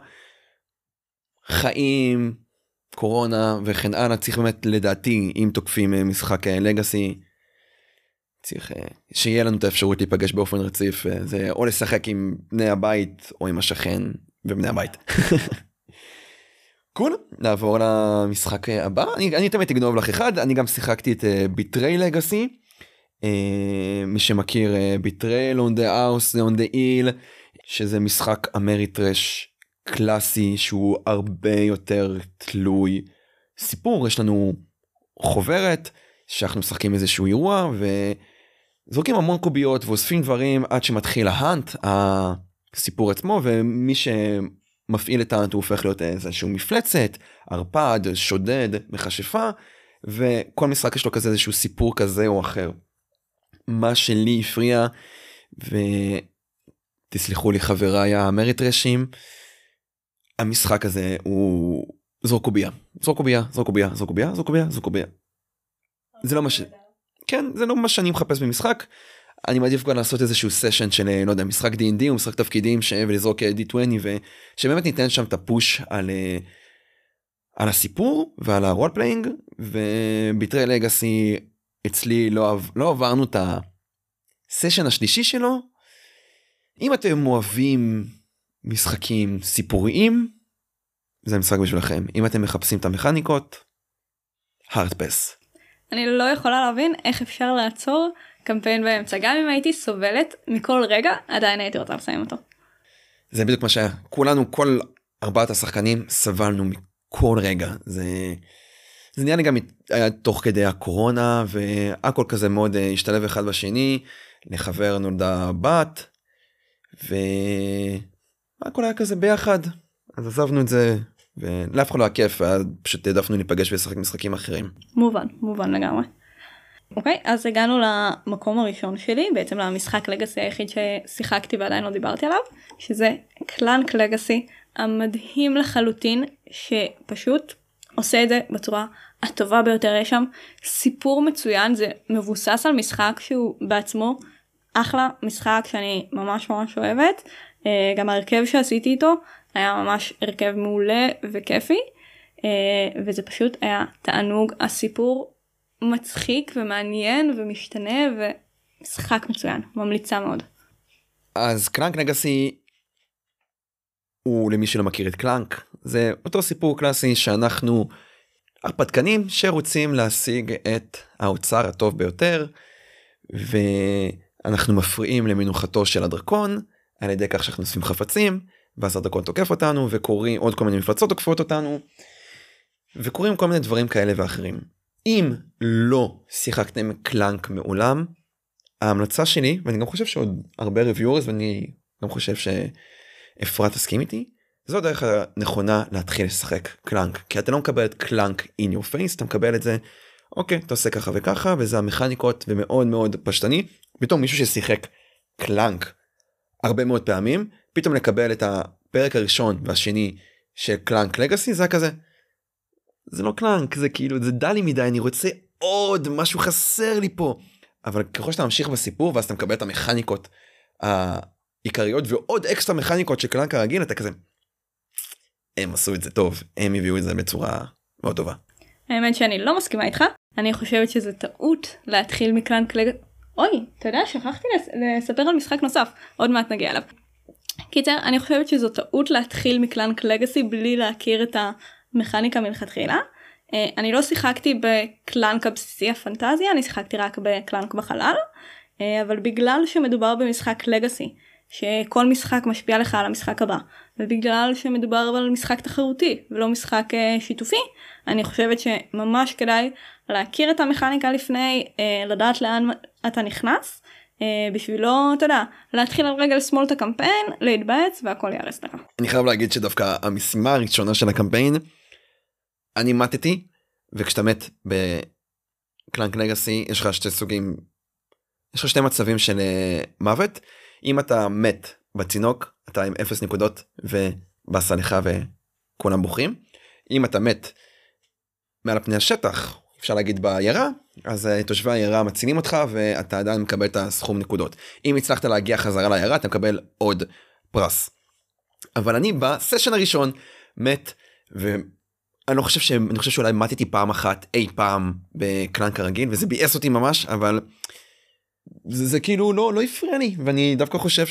חיים, קורונה וכן הלאה, צריך באמת לדעתי, אם תוקפים משחק לגאסי, צריך שיהיה לנו את האפשרות להיפגש באופן רציף, זה או לשחק עם בני הבית, או עם השכן ובני הבית. קול, נעבור למשחק הבא, אני תמיד אגנוב לך אחד, אני גם שיחקתי את ביטריי לגאסי, מי שמכיר ביטריי, on the house, on the hill, שזה משחק אמריטרש קלאסי, שהוא הרבה יותר תלוי סיפור, יש לנו חוברת, שאנחנו משחקים איזשהו אירוע, וזורקים המון קוביות, ואוספים דברים, עד שמתחיל ההאנט, הסיפור עצמו, ומי שמפעיל את ההאנט, הוא הופך להיות איזשהו מפלצת, ערפד, שודד, מכשפה, וכל משחק יש לו כזה איזשהו סיפור כזה או אחר. מה שלי הפריע, ותסלחו לי חבריי האמריטרשים, המשחק הזה הוא זרוק קובייה, זרוק קובייה, זרוק קובייה, זרוק קובייה, זרוק קובייה, זרוק קובייה. זה לא מה כן, זה לא מה שאני מחפש במשחק. אני מעדיף כבר לעשות איזשהו סשן של, לא יודע, משחק D&D או משחק תפקידים ולזרוק D20 ושבאמת ניתן שם את הפוש על הסיפור ועל הרול פליינג. וביטרי לגאסי אצלי לא עברנו את הסשן השלישי שלו. אם אתם אוהבים משחקים סיפוריים, זה משחק בשבילכם. אם אתם מחפשים את המכניקות, hard pass. אני לא יכולה להבין איך אפשר לעצור קמפיין באמצע. גם אם הייתי סובלת מכל רגע, עדיין הייתי רוצה לסיים אותו. זה בדיוק מה שהיה. כולנו, כל 4 השחקנים, סבלנו מכל רגע. זה נראה לי גם היה תוך כדי הקורונה, והכל כזה מאוד השתלב אחד בשני. לחבר נולדה בת, והכל היה כזה ביחד. אז עזבנו את זה, ולאף אחד לא היה כיף, פשוט העדפנו להיפגש ולשחק משחקים אחרים. מובן לגמרי. אוקיי, אז הגענו למקום הראשון שלי, בעצם למשחק לגאסי היחיד ששיחקתי ועדיין לא דיברתי עליו, שזה קלאנק לגאסי המדהים לחלוטין, שפשוט עושה את זה בצורה הטובה ביותר. יש שם סיפור מצוין, זה מבוסס על משחק שהוא בעצמו אחלה משחק שאני ממש ממש אוהבת. גם ההרכב שעשיתי איתו היה ממש הרכב מעולה וכיפי, וזה פשוט היה תענוג. הסיפור מצחיק ומעניין ומשתנה ומשחק מצוין, ממליצה מאוד. אז קלאנק לגאסי הוא, למי שלא מכיר את קלאנק, זה אותו סיפור קלאסי שאנחנו הרפתקנים שרוצים להשיג את האוצר הטוב ביותר, ואנחנו מפריעים למנוחתו של הדרקון על ידי כך שאנחנו עושים חפצים, ואז הדרקון תוקף אותנו, וקוראים עוד כל מיני מפלצות תוקפות אותנו, וקוראים כל מיני דברים כאלה ואחרים. אם לא שיחקתם קלאנק מעולם, ההמלצה שלי, ואני גם חושב שעוד הרבה ריוויורס, ואני גם חושב שאפרת תסכים איתי, זו הדרך הנכונה להתחיל לשחק קלאנק, כי אתה לא מקבל את קלאנק in your face, אתה מקבל את זה, אוקיי, אתה עושה ככה וככה, וזה המכניקות, ומאוד מאוד פשטני. פתאום מישהו ששיחק קלאנק הרבה מאוד פעמים, פתאום לקבל את הפרק הראשון והשני של קלאנק לגאסי, זה כזה, זה לא קלאנק, זה כאילו, זה דלי מדי, אני רוצה עוד, משהו חסר לי פה. אבל ככל שאתה ממשיך בסיפור, ואז אתה מקבל את המכניקות העיקריות, ועוד אקסטרה מכניקות של קלאנק הרגיל, אתה כזה, הם עשו את זה טוב, הם הביאו את זה בצורה מאוד טובה. האמת שאני לא מסכימה איתך, אני חושבת שזה טעות להתחיל מקלאנק לגאסי. אוי, אתה יודע, שכחתי לספר על משחק נוסף, עוד מעט נגיע אליו. קיצר, אני חושבת שזו טעות להתחיל מקלאנק לגאסי בלי להכיר את המכניקה מלכתחילה. אני לא שיחקתי בקלאנק הבסיסי הפנטזיה, אני שיחקתי רק בקלאנק בחלל, אבל בגלל שמדובר במשחק לגאסי, שכל משחק משפיע לך על המשחק הבא, ובגלל שמדובר על משחק תחרותי ולא משחק שיתופי, אני חושבת שממש כדאי להכיר את המכניקה לפני, לדעת לאן אתה נכנס, בשבילו, אתה יודע, להתחיל על רגל שמאל את הקמפיין, להתבאץ והכל יארס לך. אני חייב להגיד שדווקא המשימה הראשונה של הקמפיין, אני מתתי, וכשאתה מת בקלאנק לגאסי, יש לך שתי סוגים, יש לך שתי מצבים של מוות. אם אתה מת בצינוק, אתה עם 0 נקודות ובאסה לך וכולם בוחרים. אם אתה מת מעל פני השטח, אפשר להגיד בעיירה, אז תושבי העיירה מצילים אותך ואתה עדיין מקבל את הסכום נקודות. אם הצלחת להגיע חזרה לעיירה, אתה מקבל עוד פרס. אבל אני בסשן הראשון מת, ואני חושב שאולי מתתי פעם אחת אי פעם בקלאנק הרגיל, וזה ביאס אותי ממש, אבל זה כאילו לא הפריע לי, ואני דווקא חושב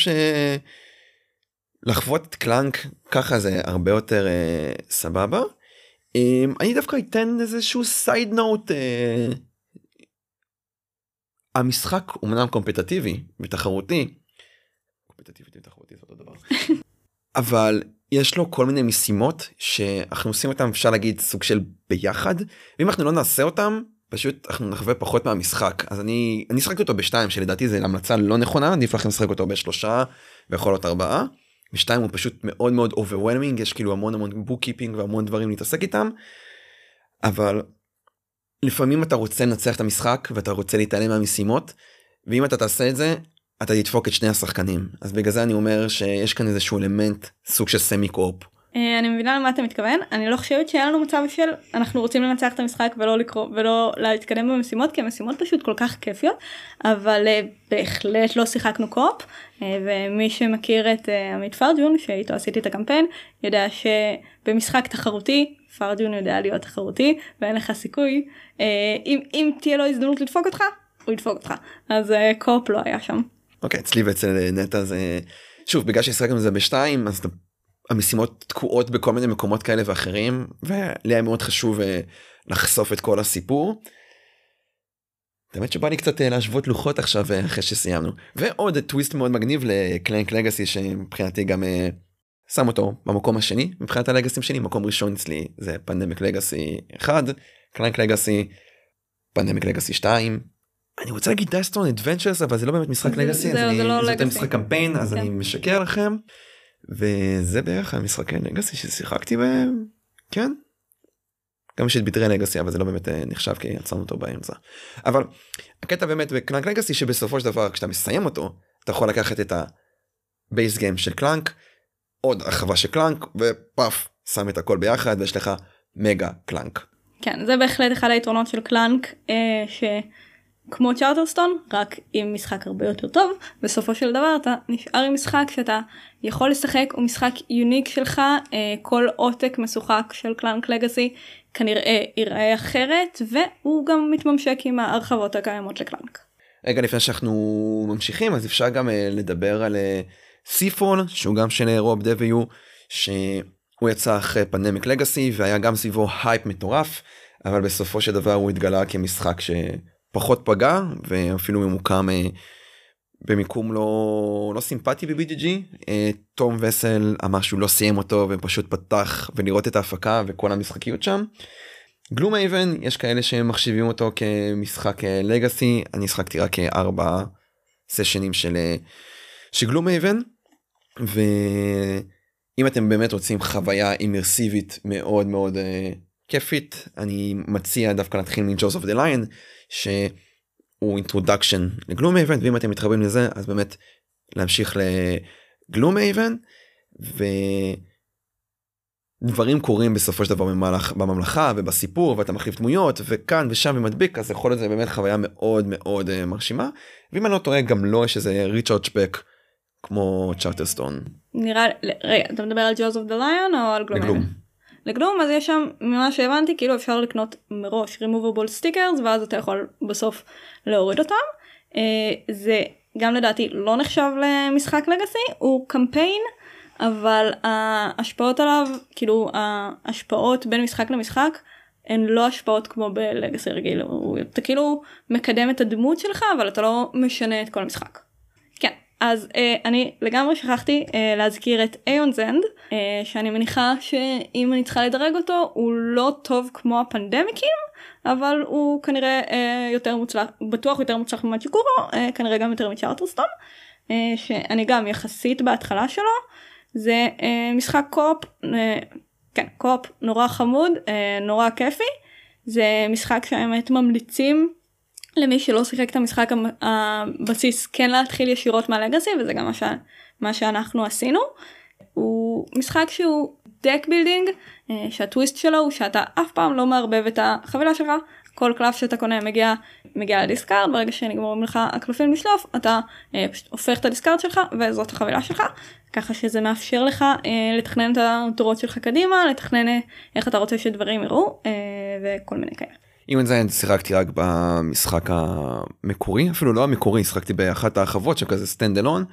לחוות את קלאנק ככה זה הרבה יותר סבבה. אני דווקא אתן איזשהו סייד נוט, המשחק הוא מנהל קומפטטיבי ותחרותי, זה אותו דבר, אבל יש לו כל מיני משימות שאנחנו עושים אותם, אפשר להגיד סוג של ביחד, ואם אנחנו לא נעשה אותם, פשוט אנחנו נחווה פחות מהמשחק. אז אני שחקתי אותו ב2, שלדעתי זה המלצה לא נכונה, עדיף לכם לשחק אותו ב3 ויכול להיות 4. ב2 הוא פשוט מאוד מאוד overwhelming, יש כאילו המון בוקקיפינג והמון דברים להתעסק איתם, אבל לפעמים אתה רוצה לנצח את המשחק ואתה רוצה להתעלם מהמשימות, ואם אתה תעשה את זה, אתה תדפוק את שני השחקנים. אז בגלל זה אני אומר שיש כאן איזשהו אלמנט, סוג של סמי קורפ אני מבינה למה אתה מתכוון, אני לא חושבת שהיה לנו מצב של אנחנו רוצים לנצח את המשחק ולא להתקדם במשימות, כי המשימות פשוט כל כך כיפיות, אבל בהחלט לא שיחקנו קופ, ומי שמכיר את עמית פרג'ון, שאיתו עשיתי את הקמפיין, יודע שבמשחק תחרותי, פרג'ון יודע להיות תחרותי, ואין לך סיכוי, אם תהיה לו הזדמנות לדפוק אותך, הוא ידפוק אותך, אז קופ לא היה שם. אוקיי, אצלי ואצל נטע זה, שוב, בגלל שהשחקנו את זה בשתיים, אז המשימות תקועות בכל מיני מקומות כאלה ואחרים, ולי היה מאוד חשוב לחשוף את כל הסיפור. באמת שבא לי קצת להשוות לוחות עכשיו אחרי שסיימנו. ועוד טוויסט מאוד מגניב לקלנק לגאסי, שמבחינתי גם שם אותו במקום השני, מבחינת הלגאסים שלי, מקום ראשון אצלי זה פנדמיק לגאסי 1, קלנק לגאסי, פנדמיק לגאסי 2, אני רוצה להגיד דייסטון אדוונצ'רס, אבל זה לא באמת משחק לגאסי, זה יותר משחק קמפיין, אז אני משקר לכם. וזה בערך המשחקי לגאסי ששיחקתי בהם, כן? גם יש את ביטרי לגאסי, אבל זה לא באמת נחשב כי יצרנו אותו באמצע. אבל הקטע באמת בקלנק לגאסי שבסופו של דבר כשאתה מסיים אותו, אתה יכול לקחת את הבייס גיים של קלנק, עוד הרחבה של קלנק, ופאף, שם את הכל ביחד ויש לך מגה קלנק. כן, זה בהחלט אחד היתרונות של קלנק, כמו צ'ארטרסטון, רק עם משחק הרבה יותר טוב, בסופו של דבר אתה נשאר עם משחק שאתה יכול לשחק, הוא משחק יוניק שלך, כל עותק משוחק של קלנק לגאסי כנראה ייראה אחרת, והוא גם מתממשק עם ההרחבות הקיימות לקלנק. רגע לפני שאנחנו ממשיכים, אז אפשר גם לדבר על סיפון, שהוא גם של רוב דביו, שהוא יצא אחרי פנדמיק לגאסי, והיה גם סביבו הייפ מטורף, אבל בסופו של דבר הוא התגלה כמשחק פחות פגע, ואפילו ממוקם במיקום לא סימפטי ב-BGG. תום וסל אמר שהוא לא סיים אותו, ופשוט פתח ולראות את ההפקה וכל המשחקיות שם. גלום אייבן, יש כאלה שמחשיבים אותו כמשחק לגאסי, אני שחקתי רק 4 סשנים של גלום אייבן, ואם אתם באמת רוצים חוויה אימרסיבית מאוד מאוד כיפית, אני מציע דווקא להתחיל מ-Jaws of the Lion, שהוא אינטרודקשן לגלום אייבן, ואם אתם מתחברים לזה, אז באמת להמשיך לגלום אייבן, ודברים קורים בסופו של דבר בממלכה ובסיפור, ואתה מחליף דמויות, וכאן ושם ומדביק, אז יכול להיות זה באמת חוויה מאוד מאוד מרשימה, ואם אני לא טועה, גם לא יש איזה ריצ'ארדג'בק כמו צ'ארטרסטון. נראה, רגע, אתה מדבר על Jaws of the Lion או על גלום אייבן? לגלום, אז יש שם, ממה שהבנתי, כאילו אפשר לקנות מראש removable stickers, ואז אתה יכול בסוף להוריד אותם. זה גם לדעתי לא נחשב למשחק לגאסי, הוא קמפיין, אבל ההשפעות עליו, כאילו ההשפעות בין משחק למשחק, הן לא השפעות כמו בלגאסי רגיל. אתה כאילו מקדם את הדמות שלך, אבל אתה לא משנה את כל המשחק. כן. אז אני לגמרי שכחתי להזכיר את איונס אנד, שאני מניחה שאם אני צריכה לדרג אותו, הוא לא טוב כמו הפנדמיקים, אבל הוא כנראה יותר מוצלח, בטוח יותר מוצלח ממג'יקורו, כנראה גם יותר מצ'ארטרסטון, שאני גם יחסית בהתחלה שלו, זה משחק קופ, כן, קופ נורא חמוד, נורא כיפי, זה משחק שהאמת ממליצים, למי שלא שיחק את המשחק הבסיס כן להתחיל ישירות מהלגאסי, וזה גם מה שאנחנו עשינו. הוא משחק שהוא דק בילדינג, שהטוויסט שלו הוא שאתה אף פעם לא מערבב את החבילה שלך, כל קלף שאתה קונה מגיע לדיסקארד, ברגע שנגמרים לך הקלפים לשלוף, אתה פשוט הופך את הדיסקארד שלך, וזאת החבילה שלך, ככה שזה מאפשר לך לתכנן את התורות שלך קדימה, לתכנן איך אתה רוצה שדברים יראו, וכל מיני כאלה. אם זה שיחקתי רק במשחק המקורי, אפילו לא המקורי, שיחקתי באחת ההרחבות שכזה סטנד אלון,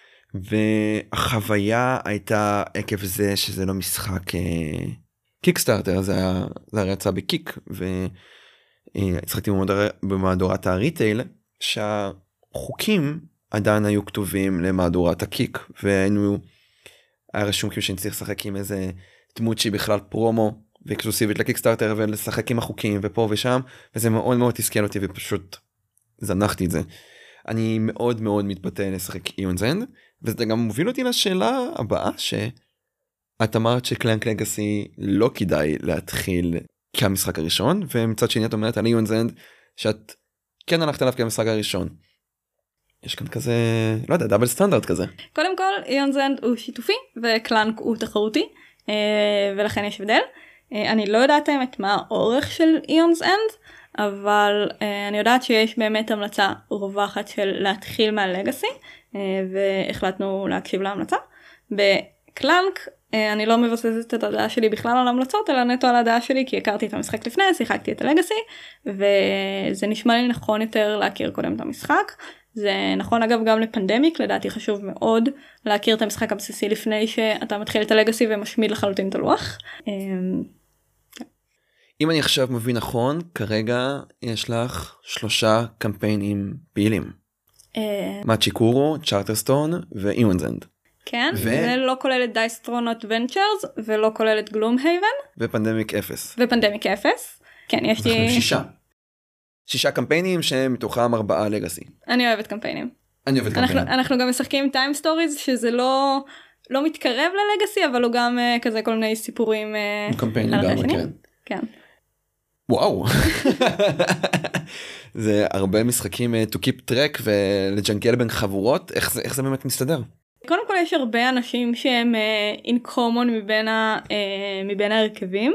והחוויה הייתה עקב זה שזה לא משחק קיקסטארטר, זה היה יצא בקיק, והשחקתי במהדורת הריטייל, שהחוקים עדיין היו כתובים למהדורת הקיק, היה רשום כאילו שאני צריך לשחק עם איזה דמות שהיא בכלל פרומו, ואקסקלוסיבית לקיקסטארטר ולשחק עם החוקים ופה ושם, וזה מאוד מאוד תסכל אותי ופשוט זנחתי את זה. אני מאוד מאוד מתפתה לשחק איונס אנד, וזה גם מוביל אותי לשאלה הבאה, שאת אמרת שקלנק לגאסי לא כדאי להתחיל כמשחק הראשון, ומצד שני את אומרת על איונס אנד שאת כן הלכת עליו כמשחק הראשון. יש כאן כזה, לא יודע, דאבל סטנדרט כזה. קודם כל, איונס אנד הוא שיתופי, וקלנק הוא תחרותי. ולכן יש הבדל. אני לא יודעת האמת מה האורך של איונס אנד, אבל אני יודעת שיש באמת המלצה רווחת של להתחיל מהלגאסי, והחלטנו להקשיב להמלצה. בקלאנק אני לא מבססת את הדעה שלי בכלל על המלצות, אלא נטו על הדעה שלי, כי הכרתי את המשחק לפני, שיחקתי את הלגאסי, וזה נשמע לי נכון יותר להכיר קודם את המשחק. זה נכון אגב גם לפנדמיק, לדעתי חשוב מאוד להכיר את המשחק הבסיסי לפני שאתה מתחיל את הלגאסי ומשמיד לחלוטין את הלוח. אם אני עכשיו מבין נכון, כרגע יש לך 3 קמפיינים פעילים. מאצ'יקורו, צ'ארטרסטון ואיוונזנד. כן, זה לא כולל את דייסטרון אדוונצ'רס, ולא כולל את גלום הייבן. ופנדמיק 0. ופנדמיק 0. כן, יש לי... 6 קמפיינים שמתוכם 4 לגאסי. אני אוהבת קמפיינים. אני אוהבת קמפיינים. אנחנו גם משחקים טיים סטוריז, שזה לא מתקרב ללגאסי, אבל הוא גם כזה כל מיני סיפורים. קמפיינים גם, כן. כן. וואו. זה הרבה משחקים to keep track ולג'נגל בין חבורות. איך זה באמת מסתדר? קודם כל יש הרבה אנשים שהם in common מבין ההרכבים,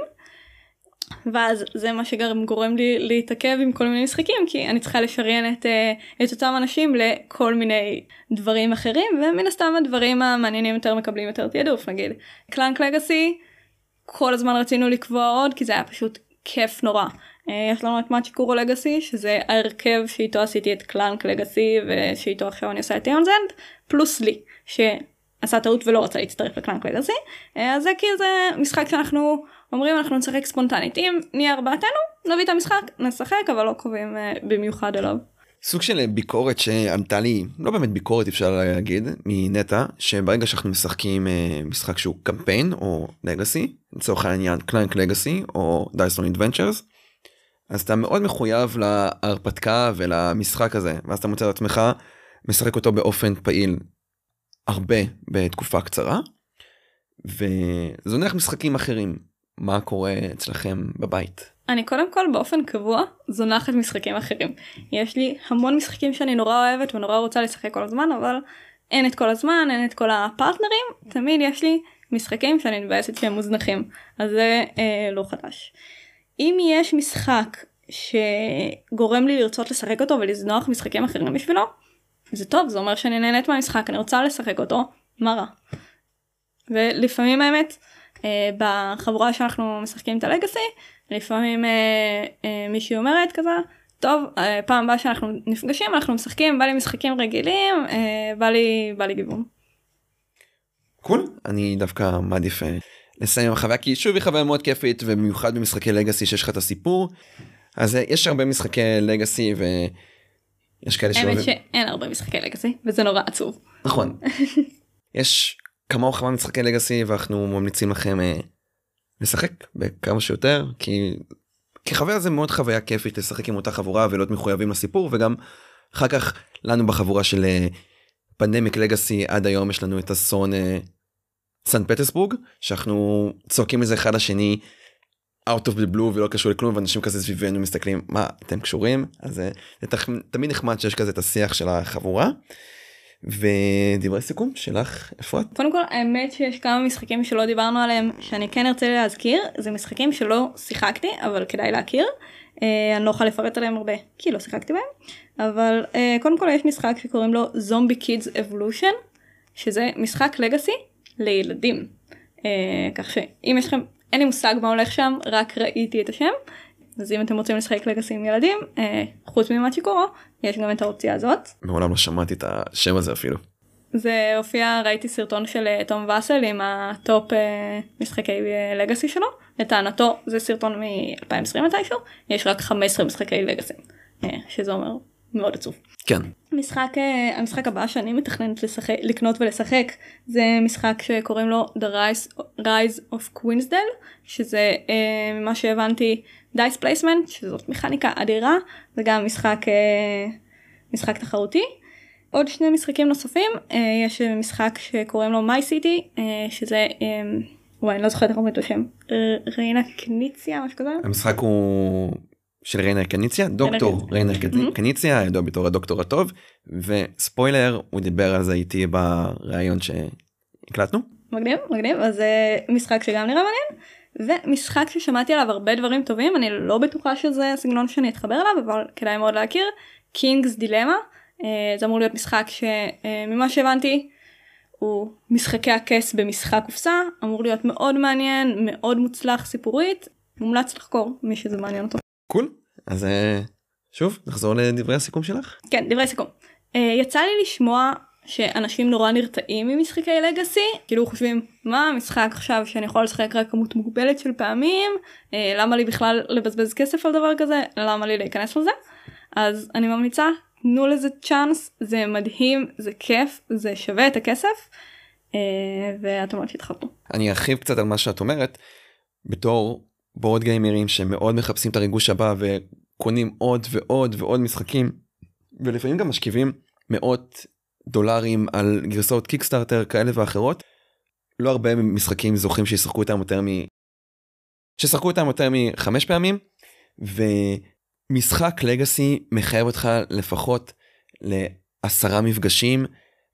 ואז זה מה שגם גורם לי להתעכב עם כל מיני משחקים, כי אני צריכה לשריין את אותם אנשים לכל מיני דברים אחרים, ומן הסתם הדברים המעניינים יותר מקבלים יותר תעדוף. נגיד קלאנק לגאסי, כל הזמן רצינו לקבוע עוד, כי זה היה פשוט כיף נורא. יש לנו את מאצ'יקורו לגאסי, שזה ההרכב שאיתו עשיתי את קלאנק לגאסי, ושאיתו עכשיו אני עושה את איונזנד, פלוס לי, שעשה טעות ולא רצה להצטרף לקלאנק לגאסי. אז זה כי זה משחק שאנחנו אומרים, אנחנו נשחק ספונטנית. אם נהיה 4, נביא את המשחק, נשחק, אבל לא קובעים במיוחד אליו. סוג של ביקורת שענתה לי, לא באמת ביקורת אפשר להגיד, מנטה, שברגע שאנחנו משחקים משחק שהוא קמפיין או לגאסי, לצורך העניין קלאנק לגאסי או דייסטרון אדוונצ'רס, אז אתה מאוד מחויב להרפתקה ולמשחק הזה, ואז אתה מוצא את עצמך משחק אותו באופן פעיל הרבה בתקופה קצרה, וזונח משחקים אחרים. מה קורה אצלכם בבית? אני קודם כל באופן קבוע זונחת משחקים אחרים. יש לי המון משחקים שאני נורא אוהבת ונורא רוצה לשחק כל הזמן, אבל אין את כל הזמן, אין את כל הפרטנרים. תמיד יש לי משחקים שאני מבאסת שהם מוזנחים, אז זה לא חדש. אם יש משחק שגורם לי לרצות לשחק אותו ולזנוח משחקים אחרים בשבילו, זה טוב, זה אומר שאני נהנית מהמשחק, אני רוצה לשחק אותו, מה רע? ולפעמים האמת, בחבורה שאנחנו משחקים את הלגאסי, לפעמים מישהי אומרת כזה, טוב, פעם הבאה שאנחנו נפגשים, אנחנו משחקים, בא לי משחקים רגילים, בא לי גיוון. קול. אני דווקא מעדיף לסיים עם החוויה, כי שוב היא חוויה מאוד כיפית, ובמיוחד במשחקי לגאסי שיש לך את הסיפור, אז יש הרבה משחקי לגאסי, ויש כאלה האמת שאין הרבה משחקי לגאסי, וזה נורא עצוב. נכון. יש כמה או כמה משחקי לגאסי, ואנחנו ממליצים לכם לשחק בכמה שיותר, כי כחוויה זה מאוד חוויה כיפית לשחק עם אותה חבורה, ולהיות מחויבים לסיפור, וגם אחר כך לנו בחבורה של פנדמיק לגאסי, עד היום יש לנו את אסון סן פטרסבורג, שאנחנו צועקים מזה אחד לשני, out of the blue ולא קשור לכלום, ואנשים כזה סביבנו מסתכלים, מה, אתם קשורים? אז זה תמיד נחמד שיש כזה את השיח של החבורה. ודברי סיכום שלך, אפרת? קודם כל, האמת שיש כמה משחקים שלא דיברנו עליהם, שאני כן ארצה להזכיר, זה משחקים שלא שיחקתי, אבל כדאי להכיר. אני לא יכולה לפרט עליהם הרבה, כי לא שיחקתי בהם. אבל קודם כל יש משחק שקוראים לו Zombie Kids Evolution, שזה משחק לגאסי לילדים. כך שאם יש לכם, אין לי מושג מה הולך שם, רק ראיתי את השם. אז אם אתם רוצים לשחק לגאסי עם ילדים, חוץ ממאצ'יקורו, יש גם את האופציה הזאת. מעולם לא שמעתי את השם הזה אפילו. זה הופיע, ראיתי סרטון של תום וסל עם הטופ משחקי לגאסי שלו. לטענתו זה סרטון מ-2020 מתישהו, יש רק 15 משחקי לגאסי, שזה אומר מאוד עצוב. כן. המשחק הבא שאני מתכננת לקנות ולשחק, זה משחק שקוראים לו The Rise of Queensdale, שזה מה שהבנתי Dice Placement, שזאת מכניקה אדירה, זה גם משחק תחרותי. עוד 2 משחקים נוספים, יש משחק שקוראים לו My City, שזה, אני לא זוכרת איך אומרים את השם, ריינה קניציה, משהו כזה. המשחק הוא של ריינר קניציה, דוקטור ריינר קניציה, ידוע בתור הדוקטור הטוב, וספוילר, הוא דיבר על זה איתי בראיון שהקלטנו. מגניב, מגניב. אז זה משחק שגם נראה מעניין, ומשחק ששמעתי עליו הרבה דברים טובים, אני לא בטוחה שזה סגנון שאני אתחבר אליו, אבל כדאי מאוד להכיר, King's Dilemma. זה אמור להיות משחק שממה שהבנתי, הוא משחקי הכס במשחק קופסה, אמור להיות מאוד מעניין, מאוד מוצלח סיפורית, מומלץ לחקור מי שזה מעניין אותו. קול, אז שוב נחזור לדברי הסיכום שלך. כן, דברי סיכום. יצא לי לשמוע שאנשים נורא נרתעים ממשחקי לגאסי, כאילו חושבים מה משחק עכשיו שאני יכול לשחק רק כמות מוגבלת של פעמים, למה לי בכלל לבזבז כסף על דבר כזה, למה לי להיכנס לזה. אז אני ממליצה, תנו לזה צ'אנס, זה מדהים, זה כיף, זה שווה את הכסף, ואתם עוד תתחברו. אני ארחיב קצת על מה שאת אומרת, בתור בורד גיימרים שמאוד מחפשים את הריגוש הבא וקונים עוד ועוד ועוד משחקים, ולפעמים גם משקיבים מאות דולרים על גרסאות קיקסטארטר כאלה ואחרות. לא הרבה משחקים זוכים שישחקו איתם יותר מ5 פעמים, ומשחק לגאסי מחייב אותך לפחות ל10 מפגשים,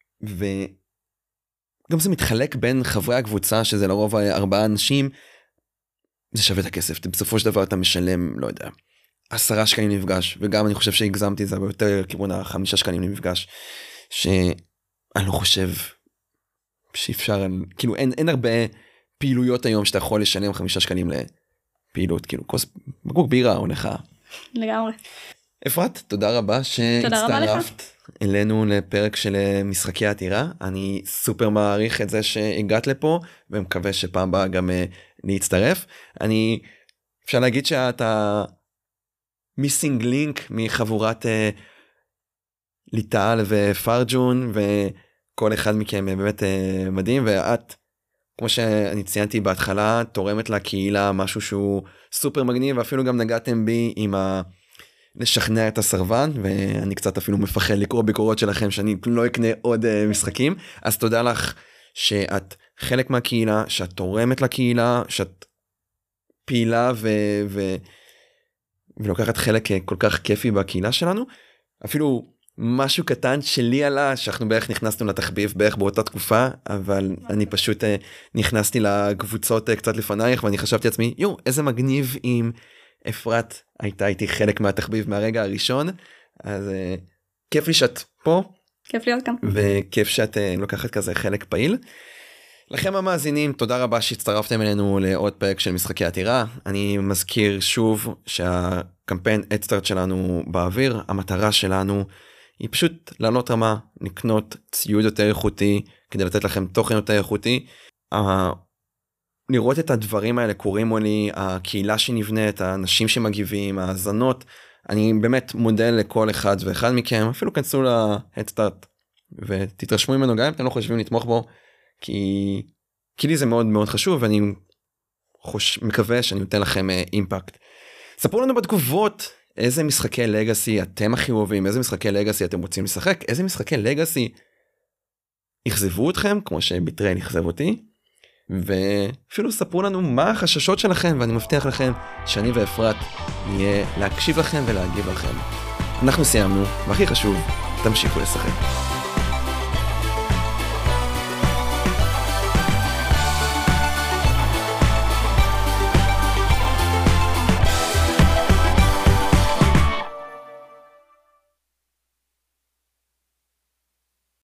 וגם זה מתחלק בין חברי הקבוצה, שזה לרוב 4 אנשים, זה שווה את הכסף. בסופו של דבר אתה משלם, לא יודע, 10 שקלים למפגש, וגם אני חושב שהגזמתי זה ביותר כיוון 5 שקלים למפגש, שאני לא חושב שאפשר, כאילו אין הרבה פעילויות היום שאתה יכול לשלם 5 שקלים לפעילות, כאילו כוס בקבוק בירה או לך. לגמרי. אפרת, תודה רבה שהצטרפת אלינו לפרק של משחקי עתירה. אני סופר מעריך את זה שהגעת לפה, ומקווה שפעם הבאה גם להצטרף. אפשר להגיד שאתה מיסינג לינק מחבורת ליטל ופרג'ון, וכל אחד מכם באמת מדהים, ואת, כמו שאני ציינתי בהתחלה, תורמת לקהילה משהו שהוא סופר מגניב, ואפילו גם נגעתם בי עם לשכנע את הסרבן, ואני קצת אפילו מפחד לקרוא ביקורות שלכם שאני לא אקנה עוד משחקים. אז תודה לך שאת חלק מהקהילה, שאת תורמת לקהילה, שאת פעילה ולוקחת חלק כל כך כיפי בקהילה שלנו. אפילו משהו קטן שלי עלה, שאנחנו בערך נכנסנו לתחביב בערך באותה תקופה, אבל אני פשוט נכנסתי לקבוצות קצת לפנייך, ואני חשבתי לעצמי, איזה מגניב אם אפרת הייתה איתי חלק מהתחביב מהרגע הראשון. אז כיף לי שאת פה. כיף להיות כאן. וכיף שאת לוקחת כזה חלק פעיל. לכם המאזינים, תודה רבה שהצטרפתם אלינו לעוד פרק של משחקי עתירה. אני מזכיר שוב שהקמפיין אדסטארט שלנו באוויר, המטרה שלנו היא פשוט לעלות רמה, לקנות ציוד יותר איכותי, כדי לתת לכם תוכן יותר איכותי. לראות את הדברים האלה קורים מולי, הקהילה שנבנית, האנשים שמגיבים, ההאזנות. אני באמת מודה לכל אחד ואחד מכם, אפילו כנסו להדסטארט ותתרשמו ממנו גם אם אתם לא חושבים לתמוך בו, כי לי זה מאוד מאוד חשוב, ואני מקווה שאני נותן לכם אימפקט. ספרו לנו בתגובות איזה משחקי לגאסי אתם הכי אוהבים, איזה משחקי לגאסי אתם רוצים לשחק, איזה משחקי לגאסי יחזבו אתכם, כמו שביטרייל יחזב אותי, ואפילו ספרו לנו מה החששות שלכם, ואני מבטיח לכם שאני ואפרת נהיה להקשיב לכם ולהגיב לכם. אנחנו סיימנו, והכי חשוב, תמשיכו לשחק.